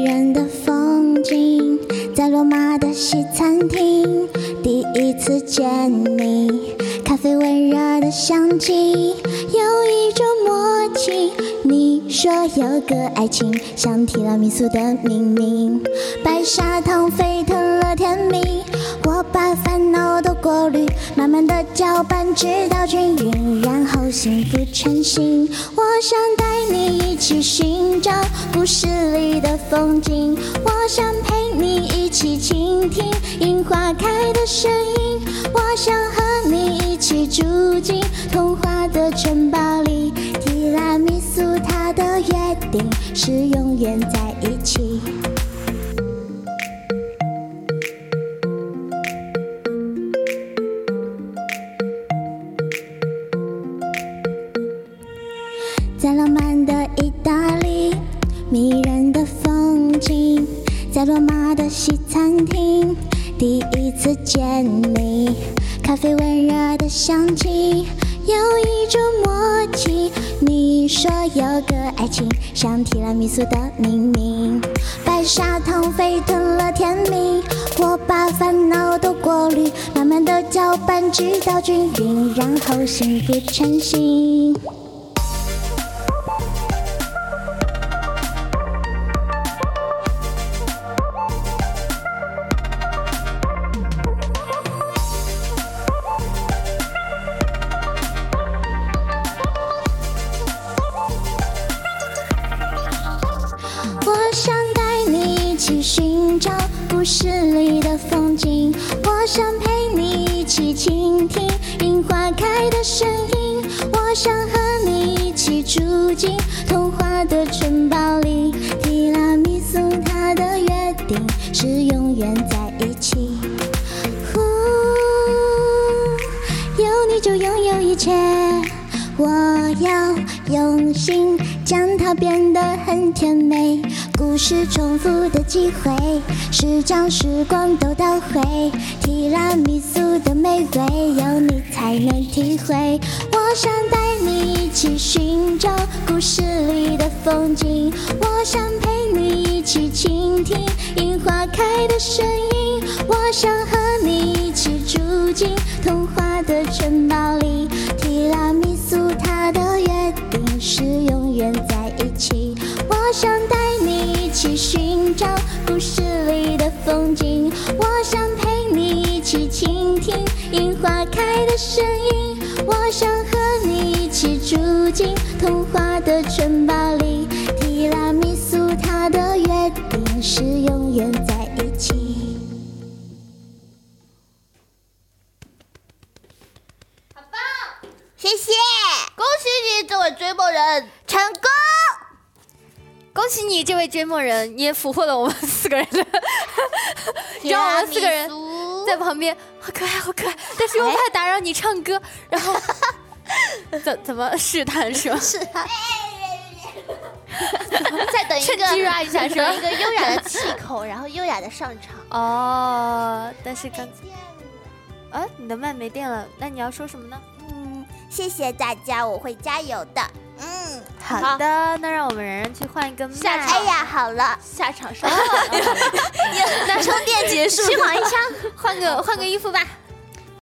迷人的风景，在罗马的西餐厅，第一次见你，咖啡温热的香气，有一种默契。你说有个爱情像提拉米苏的秘密，白砂糖沸腾了甜蜜，我把烦恼都过滤，慢慢的搅拌直到均匀，然后幸福成型。我想带你一起寻找故事里的风景，我想陪你一起倾听樱花开的声音，我想和你一起住进童话的城堡里，提拉米苏它的约定是永远在一起。在浪漫的意大利，迷人的风景，在罗马的西餐厅，第一次见你，咖啡温热的香气，有一种默契。你说有个爱情像提拉米苏的秘密，白砂糖沸腾了甜蜜，我把烦恼都过滤，慢慢的搅拌直到均匀，然后幸福成型。我想带你一起寻找故事里的风景，我想陪你一起倾听樱花开的声音，我想和你一起住进童话的城堡里，提拉米苏它的约定是永远在一起。有你就拥有一切，我要用心将它变得很甜美，故事重复的机会是将时光都倒回，提拉米苏的美味有你才能体会。我想带你一起寻找故事里的风景，我想陪你一起倾听樱花开的声音，我想和你一起住进童话的城堡里，提拉米苏它的约定是永远在一起。我想带你一起寻找故事里的风景，我想陪你一起倾听樱花开的声音，我想和你一起住进童话的城堡里，提拉米苏它的约定是永远在一起。 好棒！谢谢，恭喜你，这位追梦人成功！ 恭喜你，这位追梦人，你也俘获了我们4个人的，让我们4个人在旁边，好可爱，好可爱，但是又怕打扰你唱歌，然后怎么试探是吗？ 试探。再等一个， 趁机 rap 一下是吧？ 等一个优雅的气口，然后优雅的上场。 哦，但是刚才，你的麦没电了，那你要说什么呢？ 谢谢大家，我会加油的。 好的，那让我们然然去换一个麦。 哎呀，好了， 下场上那充电结束， 虚晃一枪， 换个衣服吧。